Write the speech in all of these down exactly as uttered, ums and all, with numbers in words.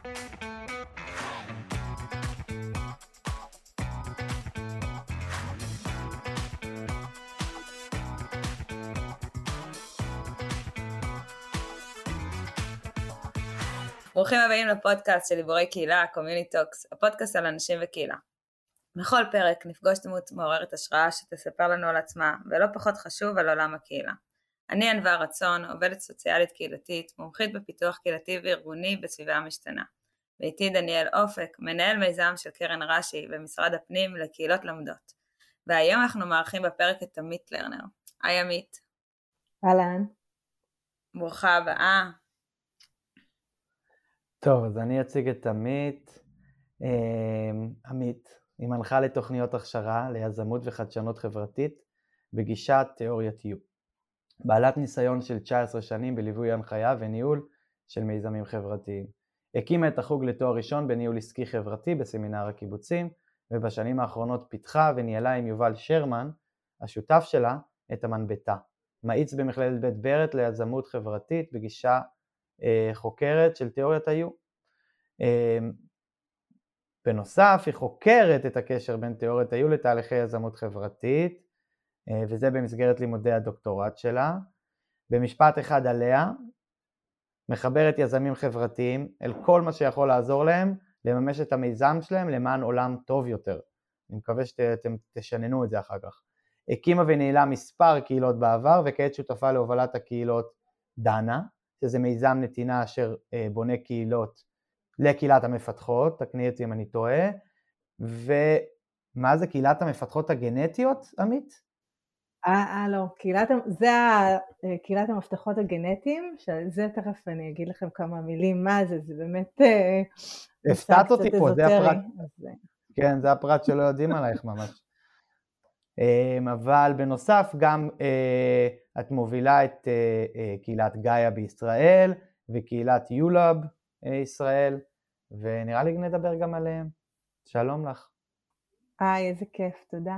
ברוכים הבאים לפודקאסט של דיבורי קהילה, Community Talks, הפודקאסט על אנשים וקהילה. בכל פרק נפגוש דמות מעוררת השראה שתספר לנו על עצמה, ולא פחות חשוב על עולם הקהילה. אני ענווה רצון, עובדת סוציאלית קהילתית, מומחית בפיתוח קהילתי וארגוני בסביבה המשתנה. ואיתי דניאל אופק, מנהל מיזם של קרן רש"י במשרד הפנים לקהילות למדות. והיום אנחנו מארחים בפרק את עמית לרנר. היי עמית. אהלן. ברוכה הבאה. טוב, אז אני אציג את עמית. עמית היא מנחה לתוכניות הכשרה ליזמות וחדשנות חברתית בגישת תיאוריית U. בעלת ניסיון של תשע עשרה שנים בליווי הנחיה וניהול של מיזמים חברתיים. הקימה את החוג לתואר ראשון בניהול עסקי חברתי בסמינר הקיבוצים, ובשנים האחרונות פיתחה וניהלה עם יובל שרמן, השותף שלה, את המנבטה. מאיץ במכללת בית ברט ליזמות חברתית בגישה חוקרת של תיאוריית ה-U. בנוסף, היא חוקרת את הקשר בין תיאוריית ה-U לתהליכי יזמות חברתית, וזה במסגרת לימודי הדוקטורט שלה. במשפט אחד עליה, מחברת יזמים חברתיים אל כל מה שיכול לעזור להם לממש את המיזם שלהם למען עולם טוב יותר. אני מקווה שאתם תשננו את זה אחר כך. הקימה וניהלה מספר קהילות בעבר, וכעת שותפה להובלת הקהילות דנה, שזה מיזם נתינה אשר בונה קהילות לקהילת המפתחות, תקני אותי אם אני טועה. ומה זה קהילת המפתחות הגנטיות, עמית? אה, לא, קהילת, זה קהילת המפתחות הגנטיים, שזה תכף אני אגיד לכם כמה מילים מה זה, זה באמת הפתעת אותי פה, זה הפרט, כן, זה הפרט שלא יודעים עלייך ממש. אבל בנוסף גם את מובילה את קהילת גאיה בישראל וקהילת יולאב ישראל, ונראה לי נדבר גם עליהם. שלום לך. היי, איזה כיף, תודה.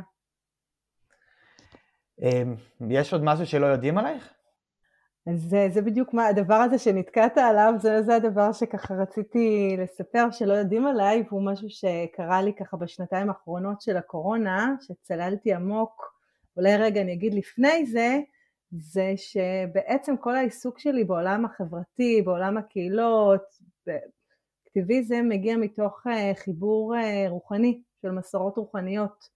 יש עוד משהו שלא יודעים עלייך? זה, זה בדיוק מה, הדבר הזה שנתקעת עליו, זה, זה הדבר שככה רציתי לספר שלא יודעים עליי, והוא משהו שקרה לי ככה בשנתיים האחרונות של הקורונה, שצללתי עמוק. אולי רגע אני אגיד לפני זה, זה שבעצם כל העיסוק שלי בעולם החברתי, בעולם הקהילות, באקטיביזם, מגיע מתוך חיבור רוחני, של מסורות רוחניות.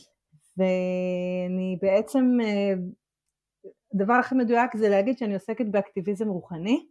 ואני בעצם, הדבר הכי מדויק זה להגיד שאני עוסקת באקטיביזם רוחני,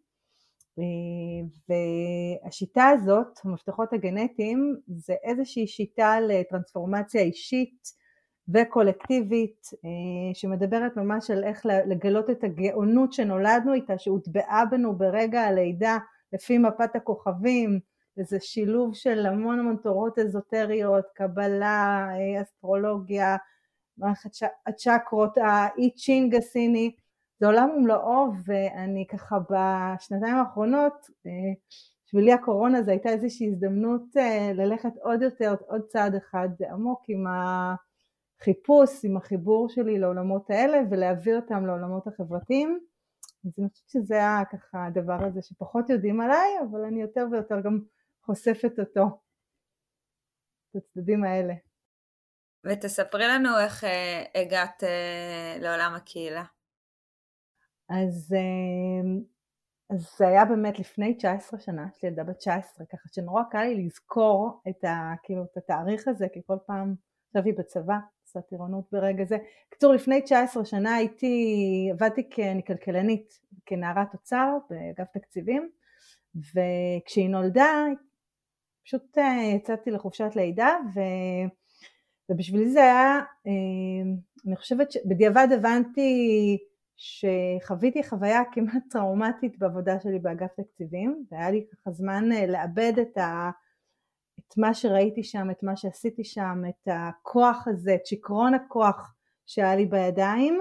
והשיטה הזאת, המפתחות הגנטיים, זה איזושהי שיטה לטרנספורמציה אישית וקולקטיבית, שמדברת ממש על איך לגלות את הגאונות שנולדנו איתה, שהוטבעה בנו ברגע הלידה, לפי מפת הכוכבים, איזה שילוב של המון המון תורות אזוטריות, קבלה, אסטרולוגיה, הצ'קרות, האי צ'ינג הסיני, זה עולם ומלואו, ואני ככה בשנתיים האחרונות, בשבילי הקורונה זה הייתה איזושהי הזדמנות ללכת עוד יותר, עוד צעד אחד עמוק עם החיפוש, עם החיבור שלי לעולמות האלה, ולהביא אותם לעולמות החברתיים. אז אני חושבת שזה היה ככה הדבר הזה שפחות יודעים עליי, אבל אני יותר ויותר גם חושפת אותו, את הצדדים האלה. ותספרי לנו איך uh, הגעת uh, לעולם הקהילה. אז, uh, אז זה היה באמת לפני תשע עשרה שנה, יש לי ילדה בת תשע עשרה, ככה שנורא קל לי לזכור את, ה, כאילו, את התאריך הזה, כי כל פעם עכשיו היא בצבא, עושה טירונות ברגע זה. קצור, לפני תשע עשרה שנה הייתי, עבדתי ככלכלנית, כנערת אוצר באגף תקציבים, וכשהיא נולדה, פשוט uh, יצאתי לחופשת לידה, ו... ובשביל זה היה, אני חושבת שבדיעבד הבנתי שחוויתי חוויה כמעט טראומטית בעבודה שלי באגף תקציבים, והיה לי ככה זמן לאבד את, ה, את מה שראיתי שם, את מה שעשיתי שם, את הכוח הזה, את שכרון הכוח שהיה לי בידיים,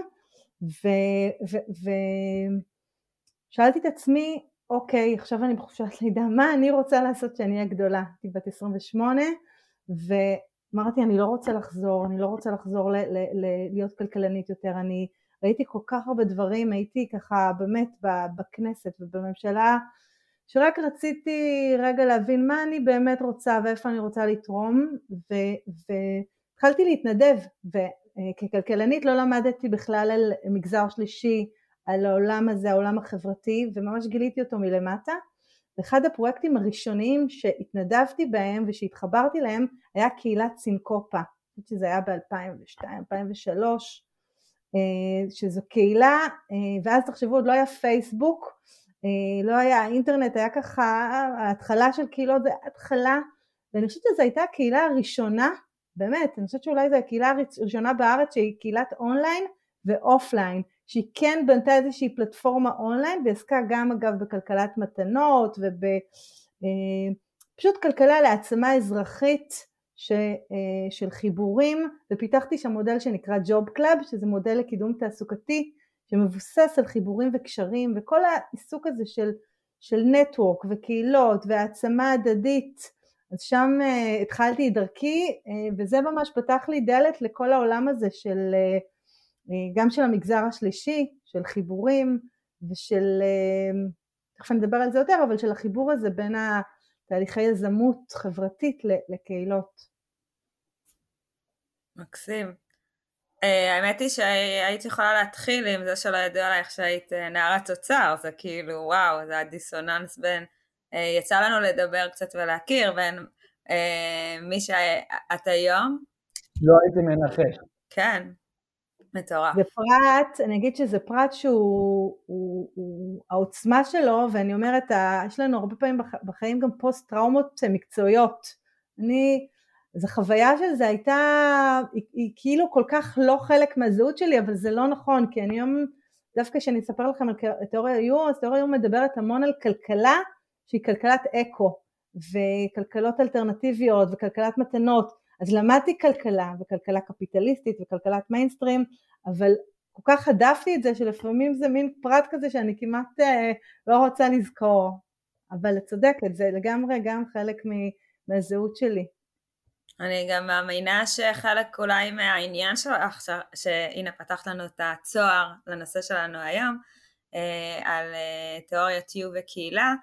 ושאלתי את עצמי, אוקיי, עכשיו אני בחופשת לידה, מה אני רוצה לעשות שאני אהיה גדולה? הייתי בת עשרים ושמונה, ו... אמרתי, אני לא רוצה לחזור, אני לא רוצה לחזור ל- ל- ל- להיות כלכלנית יותר, אני ראיתי כל כך הרבה דברים, הייתי ככה באמת בכנסת ובממשלה שרק רציתי רגע להבין מה אני באמת רוצה ואיפה אני רוצה לתרום, והתחלתי להתנדב, וככלכלנית לא למדתי בכלל על מגזר שלישי, על העולם הזה, העולם החברתי, וממש גיליתי אותו מלמטה. ואחד הפרויקטים הראשוניים שהתנדבתי בהם ושהתחברתי להם היה קהילת סינקופה, שזה היה ב-אלפיים ושתיים אלפיים ושלוש, שזו קהילה, ואז תחשבו עוד לא היה פייסבוק, לא היה אינטרנט, היה ככה, ההתחלה של קהילות זה התחלה, ואני חושבת שזו הייתה הקהילה הראשונה, באמת, אני חושבת שאולי זו הקהילה הראשונה בארץ שהיא קהילת אונליין ואופליין, שהיא כן בנתה איזושהי פלטפורמה אונליין, ועסקה גם אגב בכלכלת מתנות, ופשוט כלכלה להעצמה אזרחית ש, של חיבורים, ופיתחתי שם מודל שנקרא ג'וב קלאב, שזה מודל לקידום תעסוקתי, שמבוסס על חיבורים וקשרים, וכל העיסוק הזה של, של נטוורק וקהילות והעצמה הדדית, אז שם uh, התחלתי את דרכי, uh, וזה ממש פתח לי דלת לכל העולם הזה של, uh, גם של המגזר השלישי, של חיבורים, ושל, uh, תכף נדבר על זה יותר, אבל של החיבור הזה בין התהליכי יזמות חברתית לקהילות. מקסים. האמת היא שהיית יכולה להתחיל עם זה שלא ידוע עלייך שהיית נערת אוצר, זה כאילו וואו, זה הדיסוננס בין, יצא לנו לדבר קצת ולהכיר בין מי שאת היום. לא הייתי מנחש. כן, מטורף. זה פרט, אני אגיד שזה פרט שהוא, הוא, הוא, העוצמה שלו, ואני אומרת, יש לנו הרבה פעמים בחיים גם פוסט טראומות מקצועיות. אני... אז החוויה של זה הייתה, היא, היא כאילו כל כך לא חלק מהזהות שלי, אבל זה לא נכון, כי אני היום, דווקא שאני אספר לכם על תיאוריה יו, אז תיאוריה יו מדברת המון על כלכלה, שהיא כלכלת אקו, וכלכלות אלטרנטיביות, וכלכלת מתנות, אז למדתי כלכלה, וכלכלה קפיטליסטית, וכלכלת מיינסטרים, אבל כל כך הדפתי את זה, שלפעמים זה מין פרט כזה, שאני כמעט אה, לא רוצה לזכור, אבל צודקת, זה לגמרי גם חלק מהזהות שלי. אני גם מאמינה שחלק אולי מהעניין שלך, שהנה פתחת לנו את הצוהר לנושא שלנו היום, אה, על אה, תיאוריות יו וקהילה,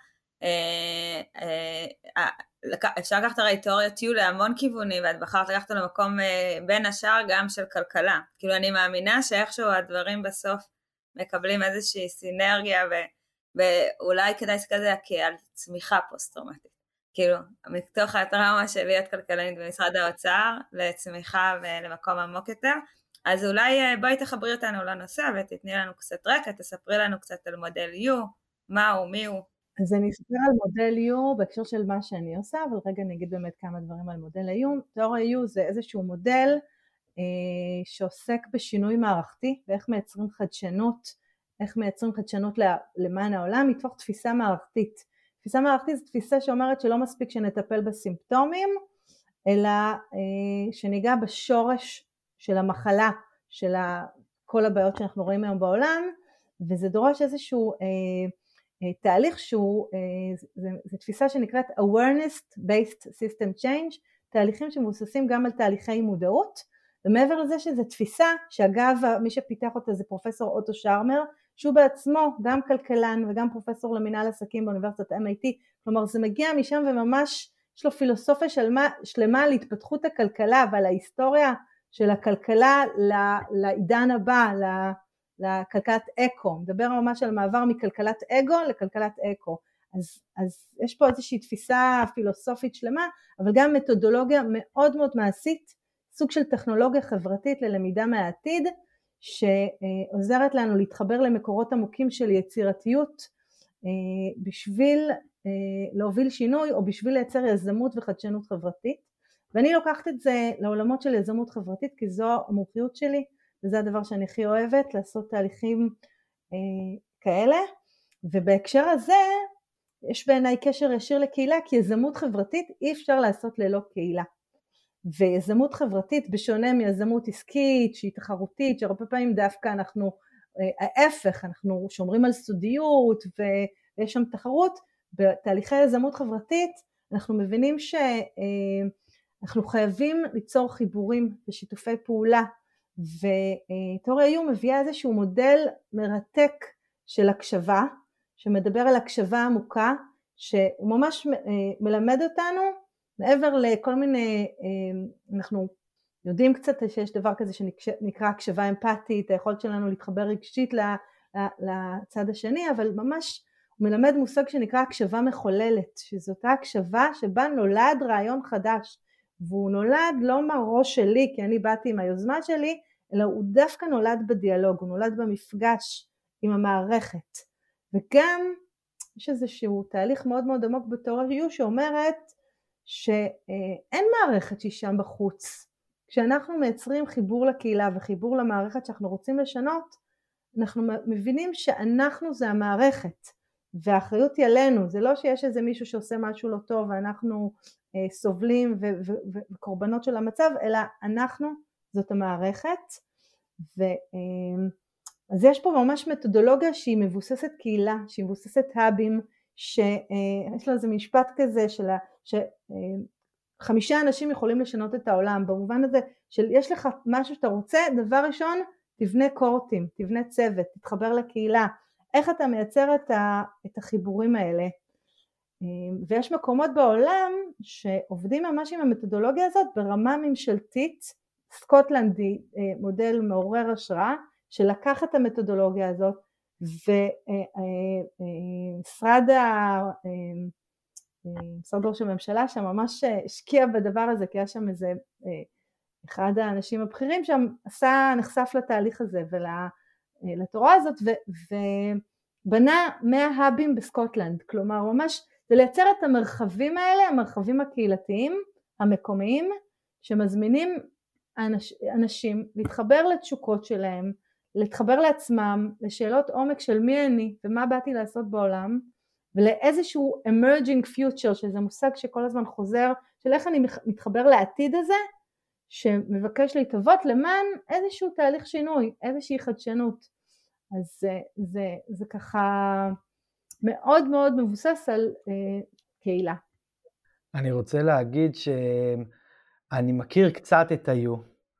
אה, אה, אפשר לקחת הרי תיאוריות יו להמון כיוונים, ואת בחרת לקחת למקום אה, בין השאר גם של כלכלה, כאילו אני מאמינה שאיכשהו הדברים בסוף מקבלים איזושהי סינרגיה, ו, ואולי כדאי להסתכל על זה כעל צמיחה פוסט-טראומטית. כאילו, מתוך הטראומה של להיות כלכלנית במשרד האוצר, לצמיחה ולמקום עמוק יותר, אז אולי בואי תחברי אותנו לנושא ותתני לנו קצת רקע, תספרי לנו קצת על מודל יו, מה הוא, מי הוא. אז אני אספר על מודל יו בהקשר של מה שאני עושה, אבל רגע אני אגיד באמת כמה דברים על מודל היו. תיאוריה יו זה איזשהו מודל אה, שעוסק בשינוי מערכתי, ואיך מייצרים חדשנות, איך מייצרים חדשנות למען העולם, מתוך תפיסה מערכתית. תפיסה מערכתית זו תפיסה שאומרת שלא מספיק שנטפל בסימפטומים, אלא אה, שניגע בשורש של המחלה, של כל הבעיות שאנחנו רואים היום בעולם, וזה דורש איזשהו אה, אה, תהליך שהוא, אה, זה, זה תפיסה שנקראת awareness based system change, תהליכים שמבוססים גם על תהליכי מודעות, ומעבר לזה שזו תפיסה, שאגב מי שפיתח אותה זה פרופסור אוטו שרמר, שהוא בעצמו גם כלכלן וגם פרופסור למינהל עסקים באוניברסיטת אם איי טי, כלומר זה מגיע משם וממש יש לו פילוסופיה שלמה, שלמה על התפתחות הכלכלה ועל ההיסטוריה של הכלכלה לעידן הבא, לכלכלת אקו, מדבר ממש על מעבר מכלכלת אגו לכלכלת אקו, אז, אז יש פה איזושהי תפיסה פילוסופית שלמה, אבל גם מתודולוגיה מאוד מאוד מעשית, סוג של טכנולוגיה חברתית ללמידה מהעתיד, שעוזרת לנו להתחבר למקורות עמוקים של יצירתיות, בשביל להוביל שינוי, או בשביל לייצר יזמות וחדשנות חברתית, ואני לוקחת את זה לעולמות של יזמות חברתית, כי זו המומחיות שלי, וזה הדבר שאני הכי אוהבת, לעשות תהליכים כאלה, ובהקשר הזה, יש בעיניי קשר ישיר לקהילה, כי יזמות חברתית אי אפשר לעשות ללא קהילה. ויזמות חברתית בשונה מיזמות עסקית שהיא תחרותית, שהרבה פעמים דווקא אנחנו, ההפך, אנחנו שומרים על סודיות ויש שם תחרות, בתהליכי יזמות חברתית אנחנו מבינים שאנחנו חייבים ליצור חיבורים ושיתופי פעולה, ותיאוריה יו מביאה איזשהו מודל מרתק של הקשבה, שמדבר על הקשבה עמוקה, שהוא ממש מלמד אותנו, מעבר לכל מיני, אנחנו יודעים קצת שיש דבר כזה שנקרא הקשבה אמפתית, היכולת שלנו להתחבר רגשית לצד השני, אבל ממש הוא מלמד מושג שנקרא הקשבה מחוללת, שזאת הקשבה שבה נולד רעיון חדש, והוא נולד לא מהראש שלי, כי אני באתי עם היוזמה שלי, אלא הוא דווקא נולד בדיאלוג, הוא נולד במפגש עם המערכת. וגם יש איזשהו תהליך מאוד מאוד עמוק בתיאוריה שאומרת שאין מערכת שהיא שם בחוץ. כשאנחנו מייצרים חיבור לקהילה וחיבור למערכת שאנחנו רוצים לשנות, אנחנו מבינים שאנחנו זה המערכת, והאחריות היא עלינו. זה לא שיש איזה מישהו שעושה משהו לא טוב ואנחנו אה, סובלים ו- ו- ו- וקורבנות של המצב, אלא אנחנו זאת המערכת. ו, אה, אז יש פה ממש מתודולוגיה שהיא מבוססת קהילה, שהיא מבוססת האבים, שיש לה איזה משפט כזה של שחמישה אנשים יכולים לשנות את העולם, במובן הזה של יש לך משהו שאתה רוצה, דבר ראשון תבנה קורטים, תבנה צוות, תתחבר לקהילה, איך אתה מייצר את, ה, את החיבורים האלה. ויש מקומות בעולם שעובדים ממש עם המתודולוגיה הזאת ברמה ממשלתית. סקוטלנד היא מודל מעורר השראה, שלקח את המתודולוגיה הזאת, ומשרד משרד ראש הממשלה שם ממש השקיע בדבר הזה, כי היה שם איזה אחד האנשים הבכירים שם עשה, נחשף לתהליך הזה ולתורה הזאת, ובנה מאה האבים בסקוטלנד. כלומר ממש זה לייצר את המרחבים האלה, המרחבים הקהילתיים המקומיים, שמזמינים אנשים להתחבר לתשוקות שלהם, להתחבר לעצמם, לשאלות עומק של מי אני ומה באתי לעשות בעולם, ולאיזשהו emerging future, שזה מושג שכל הזמן חוזר, של איך אני מתחבר לעתיד הזה, שמבקש להתהוות למען איזשהו תהליך שינוי, איזושהי חדשנות. אז זה, זה, זה ככה מאוד מאוד מבוסס על אה, קהילה. אני רוצה להגיד שאני מכיר קצת את היו,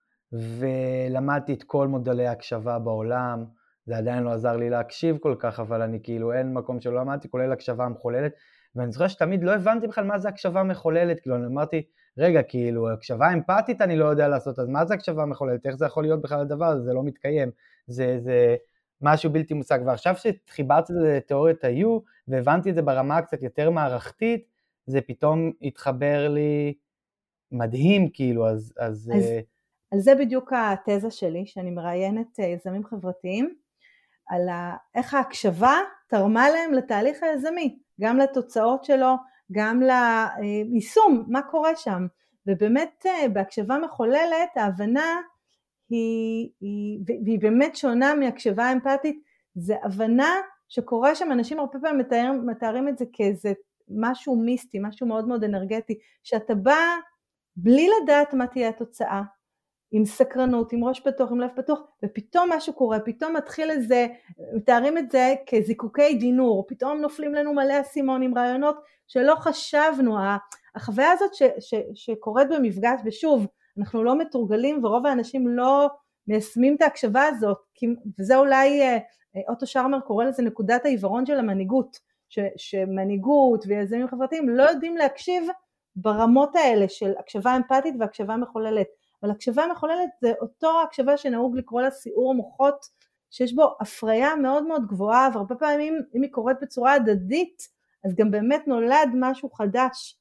ולמדתי את כל מודלי ההקשבה בעולם. זה עדיין לא עזר לי להקשיב כל כך, אבל אני כאילו אין מקום שלא למדתי, כולל הקשבה המחוללת, ואני זוכר שתמיד לא הבנתי בכלל מה זה הקשבה מחוללת, כאילו אני אמרתי, רגע, כאילו הקשבה אמפתית אני לא יודע לעשות, אז מה זה הקשבה מחוללת, איך זה יכול להיות בכלל הדבר הזה, זה לא מתקיים, זה, זה משהו בלתי מושג. ועכשיו שחיברתי את זה לתיאוריית היו, והבנתי את זה ברמה קצת יותר מערכתית, זה פתאום התחבר לי מדהים, כאילו, אז... אז, אז... על זה בדיוק התזה שלי, שאני מראיינת יזמים חברתיים, על איך ההקשבה תרמה להם לתהליך היזמי, גם לתוצאות שלו, גם ליישום, מה קורה שם. ובאמת בהקשבה מחוללת, ההבנה היא, היא, והיא באמת שונה מהקשבה אמפתית, זה הבנה שקורה שם, אנשים הרבה פעמים מתארים, מתארים את זה כאיזה משהו מיסטי, משהו מאוד מאוד אנרגטי, שאתה בא בלי לדעת מה תהיה התוצאה, עם סקרנות, עם ראש פתוח, עם לב פתוח, ופתאום משהו קורה, פתאום מתחיל איזה, מתארים את זה כזיקוקי דינור, פתאום נופלים לנו מלא אסימונים, רעיונות שלא חשבנו, החוויה הזאת ש, ש, שקורית במפגש, ושוב, אנחנו לא מתורגלים, ורוב האנשים לא מיישמים את ההקשבה הזאת, וזה אולי, אוטו שרמר קורא לזה נקודת העיוורון של המנהיגות, ש, שמנהיגות ויזמים חברתיים לא יודעים להקשיב ברמות האלה של הקשבה אמפתית והקשבה מחוללת. אבל הקשבה מחוללת זה אותו הקשבה שנהוג לקרוא לה סיעור מוחות, שיש בו הפריה מאוד מאוד גבוהה, והרבה פעמים אם היא קורית בצורה הדדית, אז גם באמת נולד משהו חדש.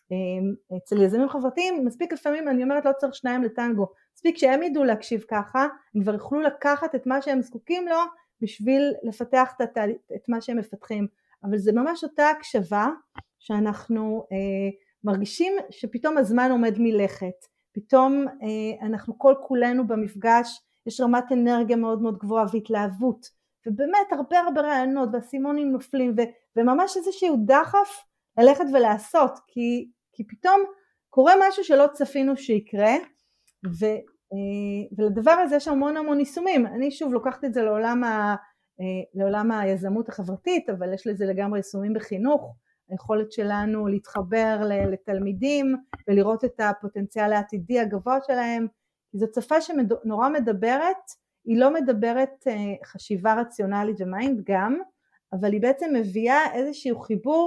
אצל יזמים חברתיים, מספיק לפעמים, אני אומרת לא צריך שניים לטנגו, מספיק שהם ידעו להקשיב ככה, הם כבר יוכלו לקחת את מה שהם זקוקים לו, בשביל לפתח את, את מה שהם מפתחים. אבל זה ממש אותה הקשבה, שאנחנו אה, מרגישים שפתאום הזמן עומד מלכת, פתאום אה, אנחנו כל כולנו במפגש, יש רמת אנרגיה מאוד מאוד גבוהה והתלהבות, ובאמת הרבה הרבה רעיונות והסימונים נופלים, ו, וממש איזשהו דחף ללכת ולעשות, כי, כי פתאום קורה משהו שלא צפינו שיקרה, ו, אה, ולדבר הזה יש המון המון יישומים. אני שוב לוקחת את זה לעולם, ה, אה, לעולם היזמות החברתית, אבל יש לזה לגמרי יישומים בחינוך, היכולת שלנו להתחבר לתלמידים ולראות את הפוטנציאל העתידי הגבוה שלהם, כי זו שפה שנורא מדברת, היא לא מדברת חשיבה רציונלית ומיינד גם, אבל היא בעצם מביאה איזשהו חיבור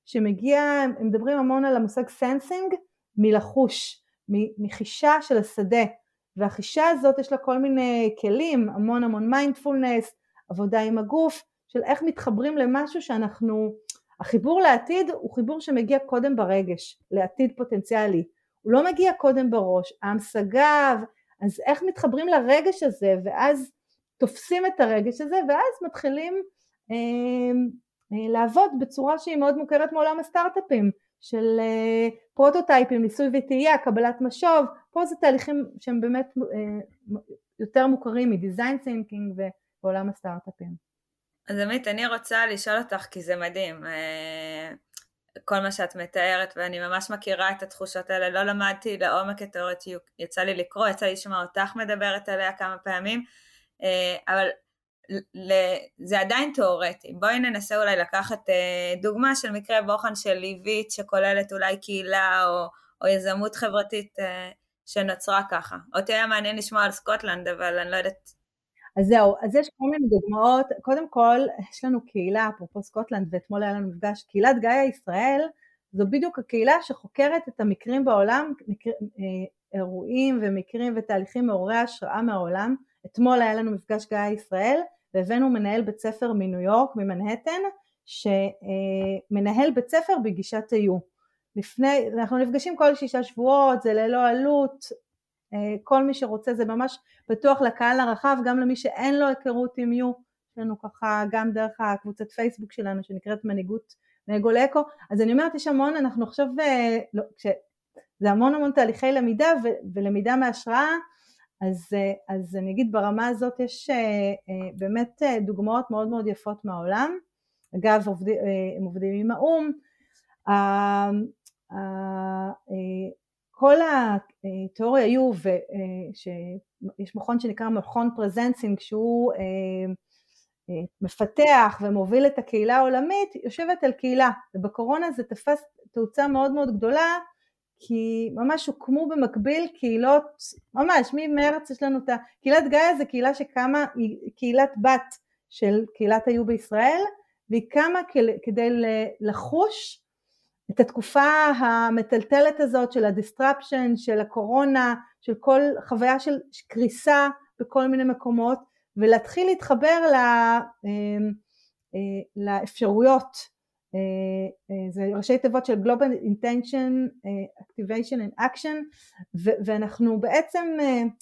שמגיע, הם מדברים המון על המושג סנסינג, מלחוש, מחישה של השדה, והחישה הזאת יש לה כל מיני כלים, המון המון מיינדפולנס, עבודה עם הגוף, של איך מתחברים למשהו שאנחנו, החיבור לעתיד הוא חיבור שמגיע קודם ברגש, לעתיד פוטנציאלי, הוא לא מגיע קודם בראש, ההמשגה, אז איך מתחברים לרגש הזה, ואז תופסים את הרגש הזה, ואז מתחילים אה, אה, לעבוד בצורה שהיא מאוד מוכרת מעולם הסטארט-אפים, של אה, פרוטוטייפים, ניסוי וטעייה, קבלת משוב, פה זה תהליכים שהם באמת אה, יותר מוכרים מדיזיין תינקינג ובעולם הסטארט-אפים. אז עמית, אני רוצה לשאול אותך, כי זה מדהים, אה, כל מה שאת מתארת, ואני ממש מכירה את התחושות האלה, לא למדתי לעומק את תיאוריית, יצא לי לקרוא, יצא לי לשמוע אותך מדברת עליה כמה פעמים, אבל זה עדיין תיאורטי. בואי ננסה אולי לקחת דוגמה של מקרה בוחן של ליבית, שכוללת אולי קהילה או, או יזמות חברתית שנוצרה ככה. אותי היה מעניין לשמוע על סקוטלנד, אבל אני לא יודעת. אז זהו, אז יש כל מיני דוגמאות. קודם כל, יש לנו קהילה, אפרופו סקוטלנד, ואתמול היה לנו מפגש, קהילת גאיה ישראל, זו בדיוק הקהילה שחוקרת את המקרים בעולם, מקר, אירועים ומקרים ותהליכים מעוררי השראה מהעולם. אתמול היה לנו מפגש גאיה ישראל, והבאנו מנהל בית ספר מניו יורק, ממנהטן, שמנהל בית ספר בגישת היו. לפני, אנחנו נפגשים כל שישה שבועות, זה ללא עלות, כל מי שרוצה, זה ממש פתוח לקהל הרחב, גם למי שאין לו היכרות עם יו, יש לנו ככה גם דרך הקבוצת פייסבוק שלנו, שנקראת מנהיגות מאגו לאקו. אז אני אומרת, יש המון, אנחנו עכשיו, לא, כש, זה המון המון תהליכי למידה, ו, ולמידה מהשראה, אז, אז אני אגיד ברמה הזאת, יש באמת דוגמאות מאוד מאוד יפות מהעולם, אגב, עובדים, הם עובדים עם האום, כל התיאוריה היו, שיש מכון שנקרא מכון פרזנסינג, שהוא מפתח ומוביל את הקהילה העולמית, יושבת על קהילה, ובקורונה זה תפס תאוצה מאוד מאוד גדולה, כי ממש הוקמו במקביל קהילות, ממש ממרץ יש לנו את קהילת גאיה, זה קהילה שקמה, היא קהילת בת של קהילת היו בישראל, והיא קמה כדי לחוש את התקופה המטלטלת הזאת של הדיסטרפשן, של הקורונה, של כל חוויה של קריסה בכל מיני מקומות, ולהתחיל להתחבר לאפשרויות, זה ראשי תיבות של Global Intention, Activation and Action, ואנחנו בעצם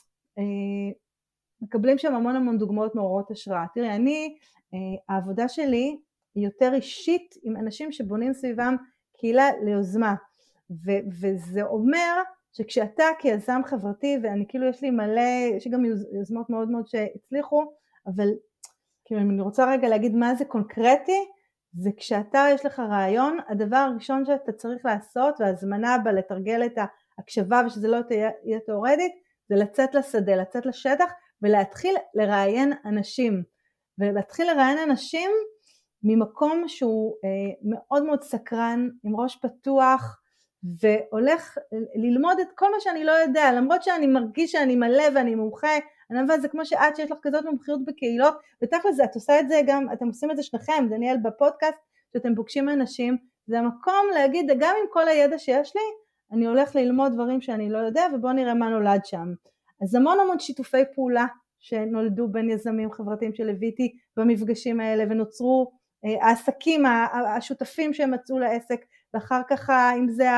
מקבלים שם המון המון דוגמאות מעוררות השראה. תראי, אני, העבודה שלי היא יותר אישית עם אנשים שבונים סביבם קהילה ליוזמה, ו- וזה אומר שכשאתה כיזם חברתי, ואני כאילו יש לי מלא, יש לי גם יוזמות מאוד מאוד שהצליחו, אבל כאילו אני רוצה רגע להגיד מה זה קונקרטי, זה כשאתה יש לך רעיון, הדבר הראשון שאתה צריך לעשות, והזמנה בה לתרגל את ההקשבה, ושזה לא תהיה תיאורטית, זה לצאת לשדה, לצאת לשטח, ולהתחיל לראיין אנשים, ולהתחיל לראיין אנשים, ממקום שהוא אה, מאוד מאוד סקרן, עם ראש פתוח, והולך ללמוד את כל מה שאני לא יודע, למרות שאני מרגיש שאני מלא ואני מומחה, אני מבין, זה כמו שאת שיש לך כזאת מומחיות בקהילות, ותכף זה, את עושה את זה גם, אתם עושים את זה שניכם, דניאל בפודקאסט, שאתם פוגשים אנשים, זה המקום להגיד, גם עם כל הידע שיש לי, אני הולך ללמוד דברים שאני לא יודע, ובוא נראה מה נולד שם. אז המון המון שיתופי פעולה, שנולדו בין יזמים חברתיים שלוויתי, במפגשים האלה, ונוצרו העסקים, השותפים שהם מצאו לעסק, ואחר כך אם זה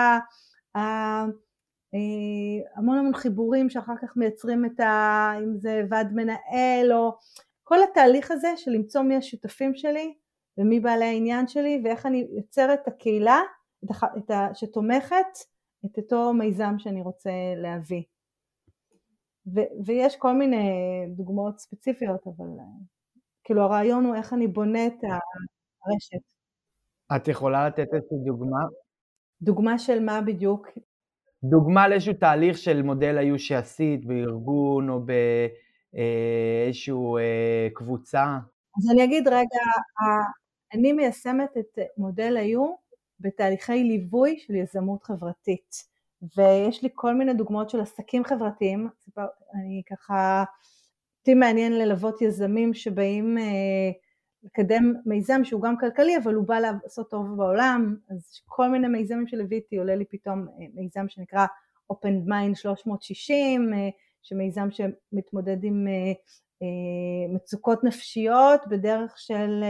המון המון חיבורים שאחר כך מייצרים את ה, אם זה ועד מנהל, או כל התהליך הזה של למצוא מי השותפים שלי, ומי בעלי העניין שלי, ואיך אני יוצר את הקהילה, את ה, שתומכת את אותו מיזם שאני רוצה להביא. ו, ויש כל מיני דוגמאות ספציפיות, אבל כאילו הרעיון הוא איך אני בונה את הרשת. את יכולה לתת איזושהי דוגמה? דוגמה של מה בדיוק? דוגמה לאיזשהו תהליך של מודל היו שעשית בארגון או באיזשהו קבוצה? אז אני אגיד רגע, אני מיישמת את מודל היו בתהליכי ליווי של יזמות חברתית, ויש לי כל מיני דוגמאות של עסקים חברתיים, אני ככה, אותי מעניין ללוות יזמים שבאים לקדם מיזם שהוא גם כלכלי, אבל הוא בא לעשות טוב בעולם. אז כל מיני מיזמים שלוויתי, עולה לי פתאום מיזם שנקרא Open Mind שלוש מאות שישים, שמיזם שמתמודד עם מצוקות נפשיות בדרך של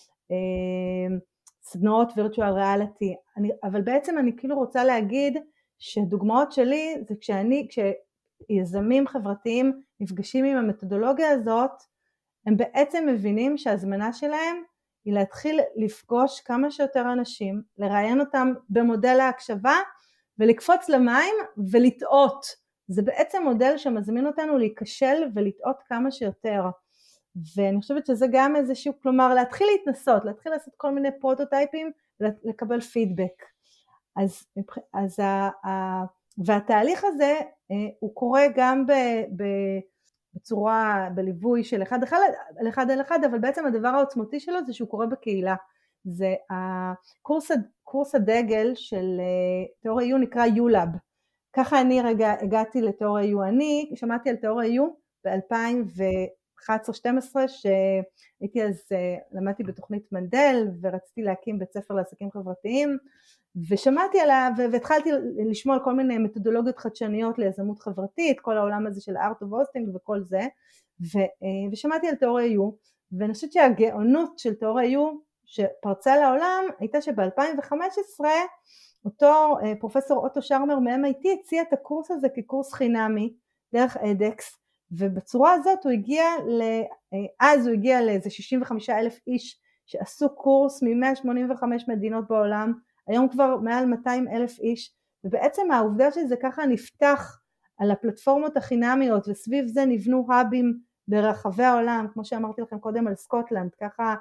סדנאות וירטואל ריאליטי. אבל בעצם אני כאילו רוצה להגיד שדוגמאות שלי זה כשאני, כשיזמים חברתיים נפגשים עם המתודולוגיה הזאת, הם בעצם מבינים שהזמנה שלהם היא להתחיל לפגוש כמה שיותר אנשים, לראיין אותם במודל ההקשבה ולקפוץ למים ולטעות. זה בעצם מודל שמזמין אותנו להיכשל ולטעות כמה שיותר. ואני חושבת שזה גם איזשהו, כלומר להתחיל להתנסות, להתחיל לעשות כל מיני פרוטוטייפים ולקבל פידבק. אז, אז ה, ה, והתהליך הזה הוא קורה גם ב, ב, בצורה, בליווי של אחד אחד, אחד על אחד, אבל בעצם הדבר העוצמתי שלו זה שהוא קורה בקהילה. זה הקורס, קורס הדגל של תיאוריה יו נקרא יולאב. ככה אני רגע הגעתי לתיאוריה יו. אני שמעתי על תיאוריה יו ב-אלפיים ואחת עשרה שתים עשרה, שהייתי אז, למדתי בתוכנית מנדל ורציתי להקים בית ספר לעסקים חברתיים, ושמעתי עליו והתחלתי לשמוע על כל מיני מתודולוגיות חדשניות ליזמות חברתית, כל העולם הזה של art of hosting וכל זה, ו- ושמעתי על תיאוריה יו, ואני חושבת שהגאונות של תיאוריה יו שפרצה לעולם הייתה שב-אלפיים וחמש עשרה אותו פרופסור אוטו שרמר מ-אם איי טי הציע את הקורס הזה כקורס חינמי דרך אדקס, ובצורה הזאת הוא הגיע, אז הוא הגיע לאיזה שישים וחמישה אלף איש שעשו קורס מ-מאה שמונים וחמש מדינות בעולם, היום כבר מעל מאתיים אלף איש, ובעצם העובדה שזה ככה נפתח על הפלטפורמות החינמיות, וסביב זה נבנו האבים ברחבי העולם, כמו שאמרתי לכם קודם על סקוטלנד, ככה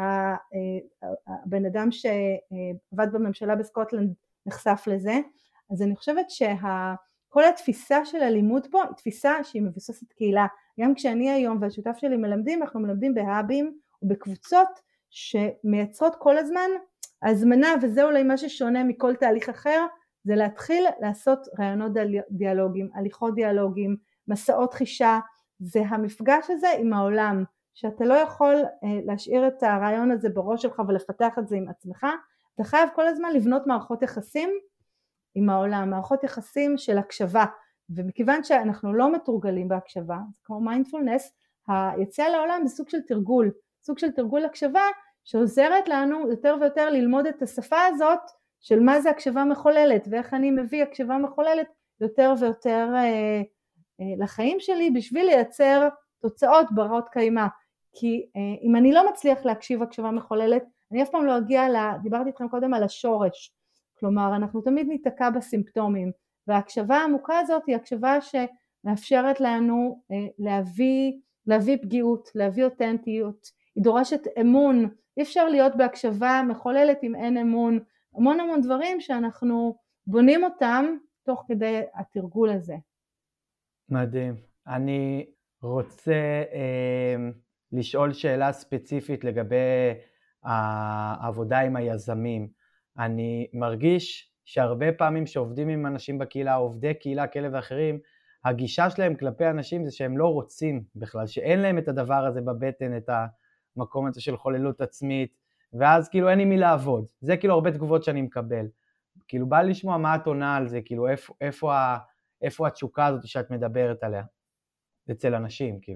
הבן אדם שעבד בממשלה בסקוטלנד נחשף לזה. אז אני חושבת שכל התפיסה של הלימוד פה היא תפיסה שהיא מבוססת קהילה. גם כשאני היום והשותף שלי מלמדים, אנחנו מלמדים בהאבים ובקבוצות שמייצרות כל הזמן הזמנה, וזה אולי מה ששונה מכל תהליך אחר, זה להתחיל לעשות רעיונות דיאלוגים, הליכות דיאלוגים, מסעות חישה. זה המפגש הזה עם העולם, שאתה לא יכול להשאיר את הרעיון הזה בראש שלך ולפתח את זה עם עצמך, אתה חייב כל הזמן לבנות מערכות יחסים עם העולם, מערכות יחסים של הקשבה, ומכיוון שאנחנו לא מתורגלים בהקשבה, כמו מיינדפולנס, היציאה לעולם זה סוג של תרגול, סוג של תרגול הקשבה, שעוזרת לנו יותר ויותר ללמוד את השפה הזאת, של מה זה הקשבה מחוללת, ואיך אני מביא הקשבה מחוללת יותר ויותר אה, לחיים שלי בשביל לייצר תוצאות ברות קיימה. כי אם אני לא מצליח להקשיב הקשבה מחוללת, אני אף פעם לא אגיע, דיברתי איתכם קודם על השורש, כלומר אנחנו תמיד ניתקע בסימפטומים, וההקשבה העמוקה הזאת היא הקשבה שמאפשרת לנו להביא, להביא פגיעות, להביא אותנטיות, היא דורשת אמון, אי אפשר להיות בהקשבה מחוללת אם אין אמון, המון המון דברים שאנחנו בונים אותם תוך כדי התרגול הזה. מדהים. אני רוצה אה, לשאול שאלה ספציפית לגבי העבודה עם היזמים. אני מרגיש שהרבה פעמים שעובדים עם אנשים בקהילה, עובדי קהילה כאלה ואחרים, הגישה שלהם כלפי אנשים זה שהם לא רוצים בכלל, שאין להם את הדבר הזה בבטן, את המקום הזה של חוללות עצמית, ואז כאילו אין לי מי לעבוד. זה כאילו הרבה תגובות שאני מקבל. כאילו בא לשמוע מה את עונה על זה, כאילו איפה, איפה ה... איפה התשוקה הזאת שאת מדברת עליה, אצל אנשים, כאילו?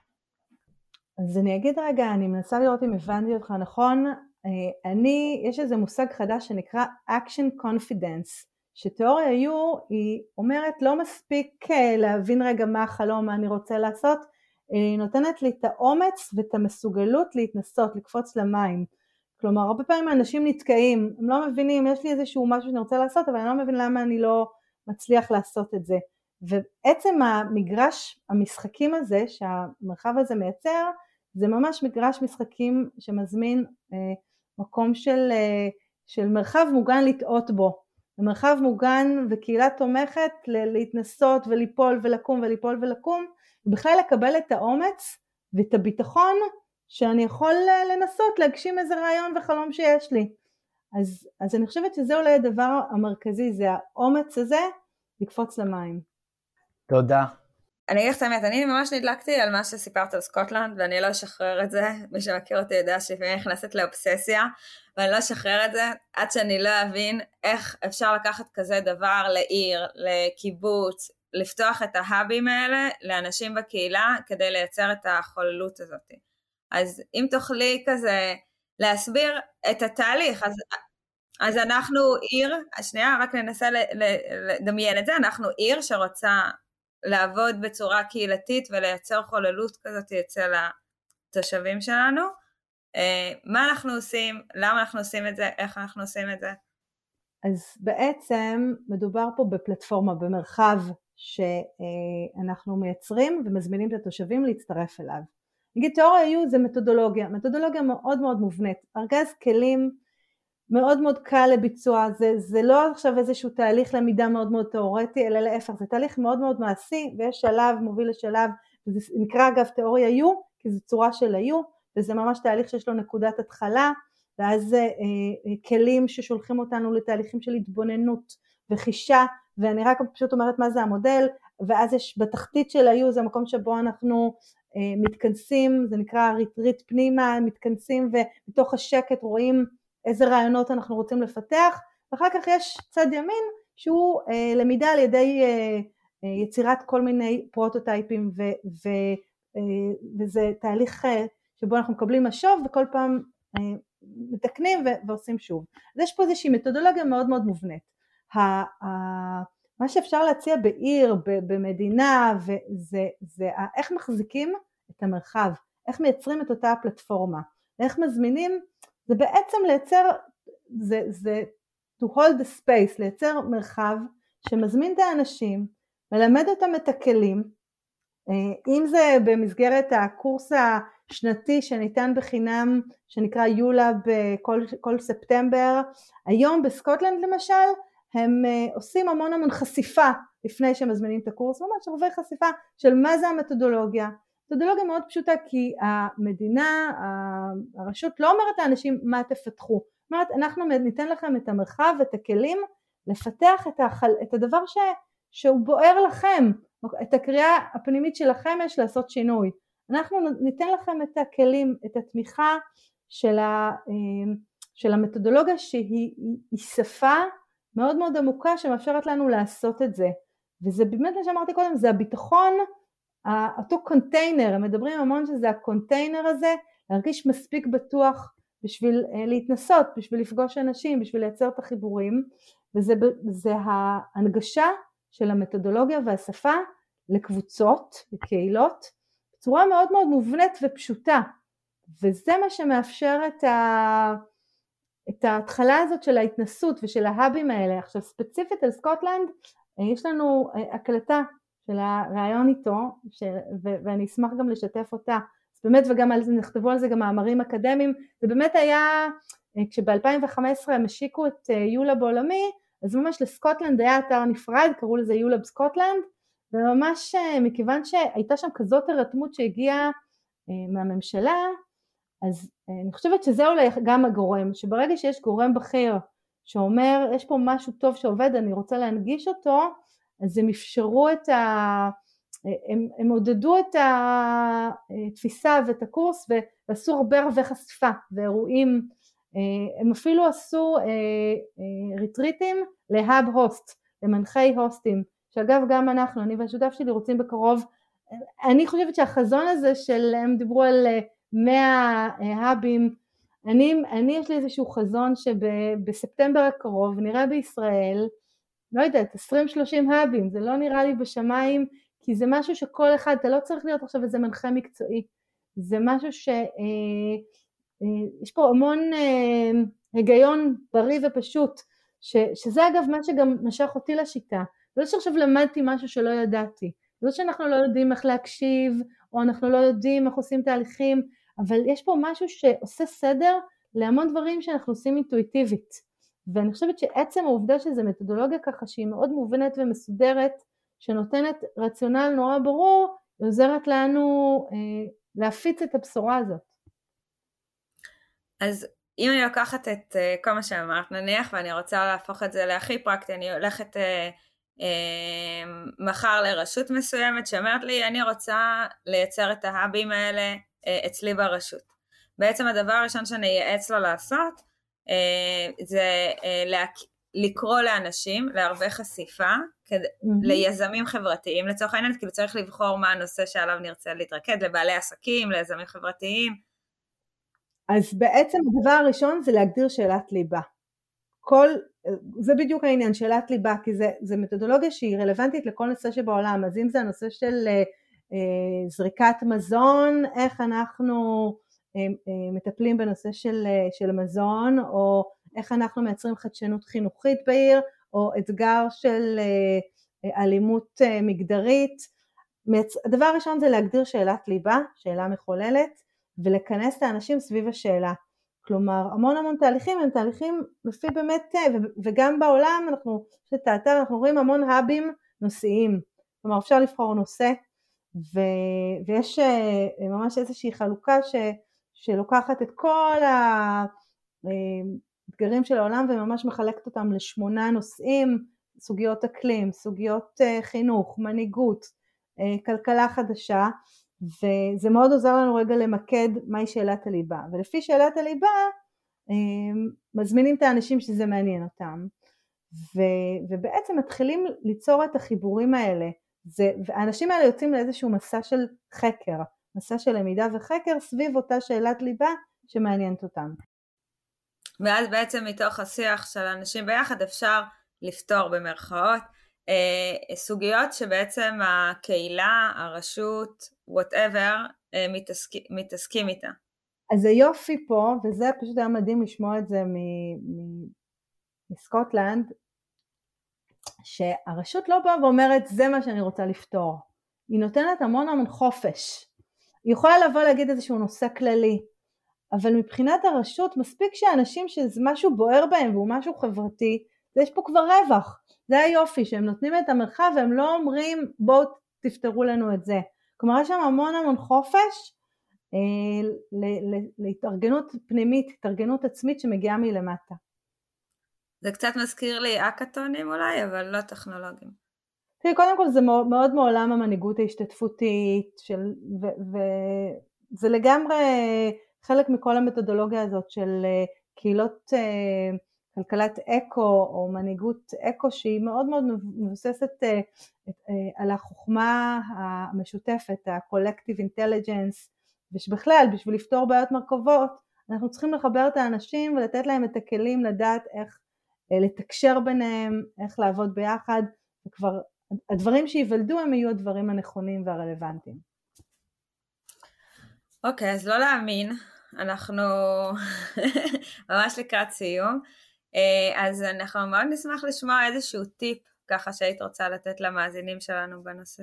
אז אני אגיד רגע, אני מנסה לראות אם הבנתי אותך נכון, אני, יש איזה מושג חדש שנקרא Action Confidence, שתיאוריה יו היא אומרת לא מספיק להבין רגע מה החלום, מה אני רוצה לעשות, היא נותנת לי את האומץ ואת המסוגלות להתנסות, לקפוץ למים. כלומר, הרבה פעמים האנשים נתקעים, הם לא מבינים, יש לי איזשהו משהו שאני רוצה לעשות, אבל אני לא מבין למה אני לא מצליח לעשות את זה. ובעצם המגרש המשחקים הזה שהמרחב הזה מייצר, זה ממש מגרש משחקים שמזמין אה, מקום של, אה, של מרחב מוגן לטעות בו, מרחב מוגן וקהילה תומכת להתנסות וליפול ולקום וליפול ולקום, ובכלל לקבל את האומץ ואת הביטחון שאני יכול לנסות להגשים איזה רעיון וחלום שיש לי. אז, אז אני חושבת שזה אולי הדבר המרכזי, זה האומץ הזה לקפוץ למים. תודה. אני אגיד לך את האמת, אני ממש נדלקתי על מה שסיפרת על סקוטלנד, ואני לא אשחרר את זה, מי שמכיר אותי יודע שלפעמים נכנסת לאובססיה, ואני לא אשחרר את זה, עד שאני לא אבין איך אפשר לקחת כזה דבר לעיר, לקיבוץ, לפתוח את ההאבים האלה לאנשים בקהילה, כדי לייצר את החוללות הזאת. אז אם תוכלי כזה להסביר את התהליך, אז, אז אנחנו עיר, השנייה, רק ננסה לדמיין את זה, אנחנו עיר שרוצה לעבוד בצורה קהילתית ולייצר חוללות כזאת אצל התושבים שלנו. מה אנחנו עושים, למה אנחנו עושים את זה, איך אנחנו עושים את זה? אז בעצם מדובר פה בפלטפורמה, במרחב שאנחנו מייצרים ומזמינים את התושבים להצטרף אליו. נגיד תיאוריה יו זה מתודולוגיה, מתודולוגיה מאוד מאוד מובנית, ארגז כלים מאוד מאוד קל לביצוע, זה, זה לא עכשיו איזשהו תהליך למידה מאוד מאוד תיאורטי, אלא להפך, זה תהליך מאוד מאוד מעשי, ויש שלב מוביל לשלב, וזה נקרא אגב תיאוריה יו, כי זו צורה של היו, וזה ממש תהליך שיש לו נקודת התחלה, ואז אה, אה, כלים ששולחים אותנו לתהליכים של התבוננות וחישה, ואני רק פשוט אומרת מה זה המודל, ואז יש בתחתית של היו, זה המקום שבו אנחנו אה, מתכנסים, זה נקרא ריטריט פנימה, מתכנסים ומתוך השקט רואים איזה רעיונות אנחנו רוצים לפתח, ואחר כך יש צד ימין שהוא אה, למידה על ידי אה, אה, יצירת כל מיני פרוטוטייפים, ו, ו, אה, וזה תהליך אה, שבו אנחנו מקבלים משוב וכל פעם אה, מתקנים ו, ועושים שוב. אז יש פה איזושהי מתודולוגיה מאוד מאוד מובנית. ה, ה, מה שאפשר להציע בעיר, ב, במדינה, וזה, זה איך מחזיקים את המרחב, איך מייצרים את אותה הפלטפורמה, איך מזמינים, זה בעצם לייצר, זה, זה to hold the space, לייצר מרחב שמזמין את האנשים, מלמד אותם את הכלים, אם זה במסגרת הקורס השנתי שניתן בחינם, שנקרא יולאב בכל כל ספטמבר, היום בסקוטלנד למשל, הם עושים המון המון חשיפה לפני שמזמינים את הקורס, ממש הרבה חשיפה של מה זה המתודולוגיה, מתודולוגיה מאוד פשוטה, כי המדינה, הרשות לא אומרת לאנשים מה תפתחו, אומרת אנחנו ניתן לכם את המרחב ואת הכלים לפתח את, החל, את הדבר ש, שהוא בוער לכם, את הקריאה הפנימית שלכם יש לעשות שינוי, אנחנו ניתן לכם את הכלים, את התמיכה של, ה, של המתודולוגיה שהיא היא שפה מאוד מאוד עמוקה שמאפשרת לנו לעשות את זה, וזה באמת מה שאמרתי קודם, זה הביטחון, אותו קונטיינר, הם מדברים המון שזה הקונטיינר הזה, להרגיש מספיק בטוח בשביל להתנסות, בשביל לפגוש אנשים, בשביל לייצר את החיבורים, וזה זה ההנגשה של המתודולוגיה והשפה לקבוצות, לקהילות, בצורה מאוד מאוד מובנית ופשוטה, וזה מה שמאפשר את, ה, את ההתחלה הזאת של ההתנסות ושל ההאבים האלה. עכשיו ספציפית על סקוטלנד, יש לנו הקלטה של הרעיון איתו, ש... ו... ואני אשמח גם לשתף אותה, אז באמת, וגם על זה, נכתבו על זה גם מאמרים אקדמיים, זה באמת היה, כשב-אלפיים וחמש עשרה הם השיקו את יולאב העולמי, אז ממש לסקוטלנד היה אתר נפרד, קראו לזה יולאב סקוטלנד, וממש מכיוון שהייתה שם כזאת הרתמות שהגיעה מהממשלה, אז אני חושבת שזה אולי גם הגורם, שברגע שיש גורם בכיר, שאומר, יש פה משהו טוב שעובד, אני רוצה להנגיש אותו, אז הם אפשרו את ה... הם, הם עודדו את התפיסה ואת הקורס, ועשו הרבה הרבה חשיפה ואירועים, הם אפילו עשו ריטריטים להאב הוסט, למנחי הוסטים, שאגב גם אנחנו, אני והשותף שלי רוצים בקרוב, אני חושבת שהחזון הזה של, הם דיברו על מאה האבים, אני, אני יש לי איזשהו חזון שבספטמבר הקרוב נראה בישראל, לא יודעת, עשרים שלושים האבים, זה לא נראה לי בשמיים, כי זה משהו שכל אחד, אתה לא צריך להיות עכשיו איזה מנחה מקצועי, זה משהו ש... אה, אה, יש פה המון אה, היגיון בריא ופשוט, ש, שזה אגב מה שגם משך אותי לשיטה, לא שעכשיו למדתי משהו שלא ידעתי, לא שאנחנו לא יודעים איך להקשיב, או אנחנו לא יודעים איך עושים תהליכים, אבל יש פה משהו שעושה סדר להמון דברים שאנחנו עושים אינטואיטיבית, ואני חושבת שעצם העובדה שזה מתודולוגיה ככה שהיא מאוד מובנת ומסודרת, שנותנת רציונל נורא ברור, עוזרת לנו אה, להפיץ את הבשורה הזאת. אז אם אני לוקחת את uh, כל מה שאמרת, נניח, ואני רוצה להפוך את זה להכי פרקטי, אני הולכת uh, מחר לרשות מסוימת שאומרת לי, אני רוצה לייצר את ההאבים האלה אצלי ברשות. בעצם הדבר הראשון שאני אייעץ לו לעשות, זה לקרוא לאנשים, להרבה חשיפה, ליזמים חברתיים לצורך העניין, כאילו צריך לבחור מה הנושא שעליו נרצה להתרכז, לבעלי עסקים, ליזמים חברתיים. אז בעצם הדבר הראשון זה להגדיר שאלת ליבה. כל, זה בדיוק העניין, שאלת ליבה, כי זה, זה מתודולוגיה שהיא רלוונטית לכל נושא שבעולם, אז אם זה הנושא של אה, זריקת מזון, איך אנחנו אה, אה, מטפלים בנושא של, של מזון, או איך אנחנו מייצרים חדשנות חינוכית בעיר, או אתגר של אה, אלימות אה, מגדרית, הדבר הראשון זה להגדיר שאלת ליבה, שאלה מחוללת, ולכנס את האנשים סביב השאלה. כלומר, המון המון תהליכים הם תהליכים לפי באמת, וגם בעולם אנחנו, שתאתר, אנחנו רואים המון האבים נושאיים. כלומר, אפשר לבחור נושא, ו, ויש ממש איזושהי חלוקה ש, שלוקחת את כל האתגרים של העולם, וממש מחלקת אותם לשמונה נושאים, סוגיות אקלים, סוגיות חינוך, מנהיגות, כלכלה חדשה, וזה מאוד עוזר לנו רגע למקד מהי שאלת הליבה, ולפי שאלת הליבה מזמינים את האנשים שזה מעניין אותם, ובעצם מתחילים ליצור את החיבורים האלה, זה, והאנשים האלה יוצאים לאיזשהו מסע של חקר, מסע של למידה וחקר סביב אותה שאלת ליבה שמעניינת אותם. ואז בעצם מתוך השיח של האנשים ביחד אפשר לפתור במרכאות סוגיות שבעצם הקהילה, הרשות, whatever, מתעסקים, מתעסקים איתה. אז היופי פה, וזה פשוט היה מדהים לשמוע את זה מסקוטלנד, שהרשות לא באה ואומרת זה מה שאני רוצה לפתור. היא נותנת המון המון חופש. היא יכולה לבוא להגיד איזשהו נושא כללי, אבל מבחינת הרשות מספיק שאנשים שזה משהו בוער בהם והוא משהו חברתי, ויש פה כבר רווח. זה היופי, שהם נותנים את המרחב והם לא אומרים בואו תפתרו לנו את זה. כלומר יש שם המון המון חופש אה, להתארגנות פנימית, התארגנות עצמית שמגיעה מלמטה. זה קצת מזכיר לי אקטונים אולי, אבל לא טכנולוגיים. תראי, קודם כל זה מאוד, מאוד מעולם המנהיגות ההשתתפותית, של, ו, וזה לגמרי חלק מכל המתודולוגיה הזאת של קהילות כלכלת אקו או מנהיגות אקו, שהיא מאוד מאוד מבוססת על החוכמה המשותפת, ה-collective intelligence, ושבכלל בשביל לפתור בעיות מרכבות אנחנו צריכים לחבר את האנשים ולתת להם את הכלים לדעת איך לתקשר ביניהם, איך לעבוד ביחד, וכבר הדברים שיוולדו הם יהיו הדברים הנכונים והרלוונטיים. אוקיי, אז לא להאמין, אנחנו ממש לקראת סיום, אז אנחנו מאוד נשמח לשמוע איזשהו טיפ, ככה שהיית רוצה לתת למאזינים שלנו בנושא.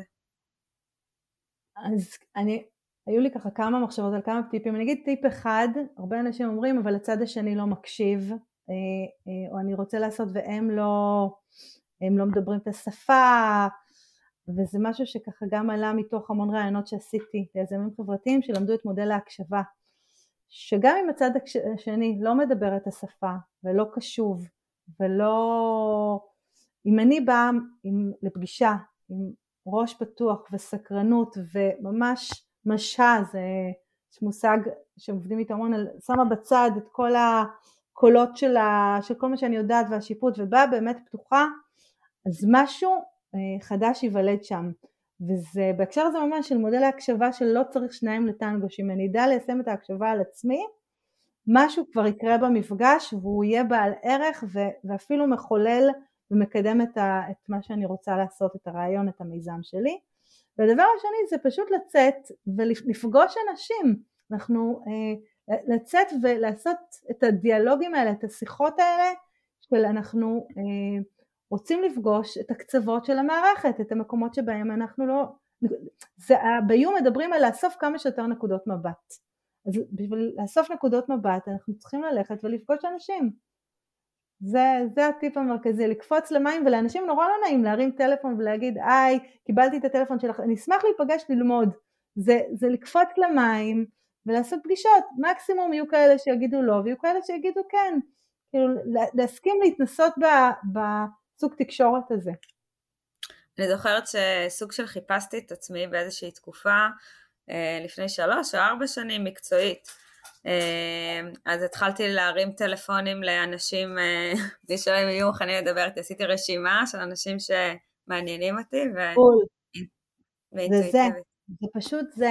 אז אני, היו לי ככה כמה מחשבות על כמה טיפים, אני אגיד טיפ אחד, הרבה אנשים אומרים אבל הצד השני לא מקשיב, או אני רוצה לעשות והם לא, הם לא מדברים את השפה, וזה משהו שככה גם עלה מתוך המון רעיונות שעשיתי ליזמים חברתיים שלמדו את מודל ההקשבה, שגם אם הצד השני לא מדבר את השפה ולא קשוב ולא, אם אני באה עם, לפגישה עם ראש פתוח וסקרנות וממש משע, זה מושג שעובדים איתו המון, שמה בצד את כל הקולות של, ה, של כל מה שאני יודעת והשיפוט ובאה באמת פתוחה, אז משהו חדש ייוולד שם, וזה בהקשר הזה ממש של מודל ההקשבה שלא צריך שניים לטנגו, שאם אני אדע ליישם את ההקשבה על עצמי, משהו כבר יקרה במפגש והוא יהיה בעל ערך ו- ואפילו מחולל ומקדם את, ה- את מה שאני רוצה לעשות, את הרעיון, את המיזם שלי. והדבר השני זה פשוט לצאת ולפגוש אנשים, אנחנו אה, לצאת ולעשות את הדיאלוגים האלה, את השיחות האלה, של אנחנו אה, רוצים לפגוש את הקצוות של המערכת, את המקומות שבהם אנחנו לא, זה, ביום מדברים על לאסוף כמה שיותר נקודות מבט, אז בשביל לאסוף נקודות מבט אנחנו צריכים ללכת ולפגוש אנשים, זה, זה הטיפ המרכזי, לקפוץ למים, ולאנשים נורא לא נעים להרים טלפון ולהגיד איי קיבלתי את הטלפון שלך, אני אשמח להיפגש ללמוד, זה, זה לקפוץ למים ולעשות פגישות, מקסימום יהיו כאלה שיגידו לא ויהיו כאלה שיגידו כן, כאילו להסכים להתנסות ב, ב סוג תקשורת הזה. אני זוכרת שסוג של חיפשתי את עצמי באיזושהי תקופה, לפני שלוש או ארבע שנים מקצועית. אז התחלתי להרים טלפונים לאנשים, לשאול אם יהיו מוכנים לדבר, עשיתי רשימה של אנשים שמעניינים אותי, זה זה, זה פשוט זה.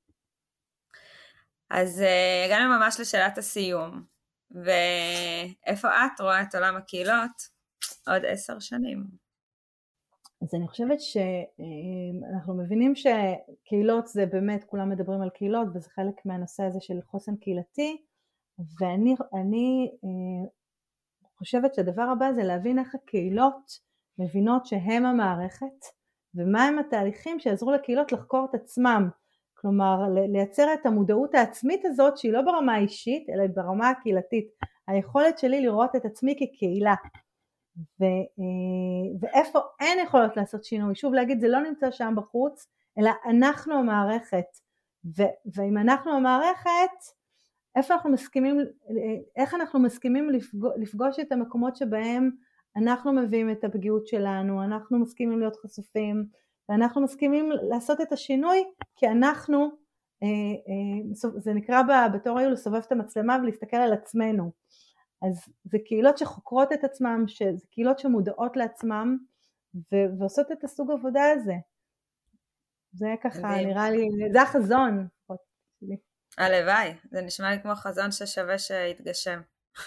אז הגענו ממש לשאלת הסיום, ואיפה את רואה את עולם הקהילות עוד עשר שנים? אז אני חושבת שאנחנו מבינים שקהילות זה באמת, כולם מדברים על קהילות, וזה חלק מהנושא הזה של חוסן קהילתי, ואני אני חושבת שהדבר הבא זה להבין איך הקהילות מבינות שהם המערכת, ומה הם התהליכים שיעזרו לקהילות לחקור את עצמם, כלומר לייצר את המודעות העצמית הזאת שהיא לא ברמה האישית אלא ברמה הקהילתית, היכולת שלי לראות את עצמי כקהילה, ו, ואיפה אין יכולות לעשות שינוי, שוב להגיד זה לא נמצא שם בחוץ, אלא אנחנו המערכת, ו, ואם אנחנו המערכת, איפה אנחנו מסכימים, איך אנחנו מסכימים לפגוש, לפגוש את המקומות שבהם אנחנו מביאים את הפגיעות שלנו, אנחנו מסכימים להיות חשופים, ואנחנו מסכימים לעשות את השינוי, כי אנחנו, זה נקרא בתור היו לסובב את המצלמה ולהסתכל על עצמנו, אז זה קהילות שחוקרות את עצמם, זה קהילות שמודעות לעצמם, ועושות את הסוג עבודה הזה. זה ככה נראה לי, זה החזון. הלוואי, זה נשמע לי כמו חזון ששווה שיתגשם.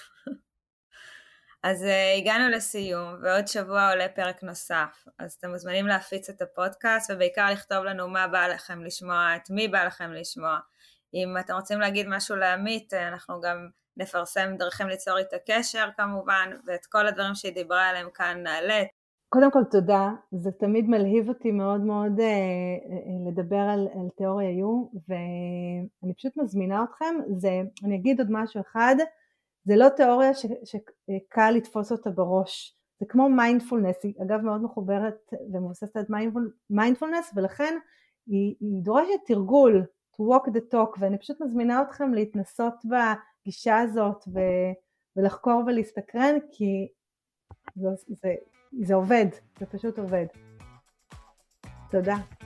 אז uh, הגענו לסיום, ועוד שבוע עולה פרק נוסף, אז אתם מוזמנים להפיץ את הפודקאסט, ובעיקר לכתוב לנו מה בא לכם לשמוע, את מי בא לכם לשמוע. אם אתם רוצים להגיד משהו לעמית, אנחנו גם נפרסם דרכים ליצור איתה קשר כמובן, ואת כל הדברים שהיא דיברה עליהם כאן נעלה. קודם כל תודה, זה תמיד מלהיב אותי מאוד מאוד אה, אה, לדבר על, על תיאוריה יו, ואני פשוט מזמינה אתכם, זה, אני אגיד עוד משהו אחד, זה לא תיאוריה ש, שקל לתפוס אותה בראש, זה כמו מיינדפולנס, היא אגב מאוד מחוברת ומבוססת על מיינדפולנס, ולכן היא, היא דורשת תרגול, to walk the talk, ואני פשוט מזמינה אתכם להתנסות בגישה הזאת, ו, ולחקור ולהסתקרן, כי זה, זה, זה עובד, זה פשוט עובד. תודה.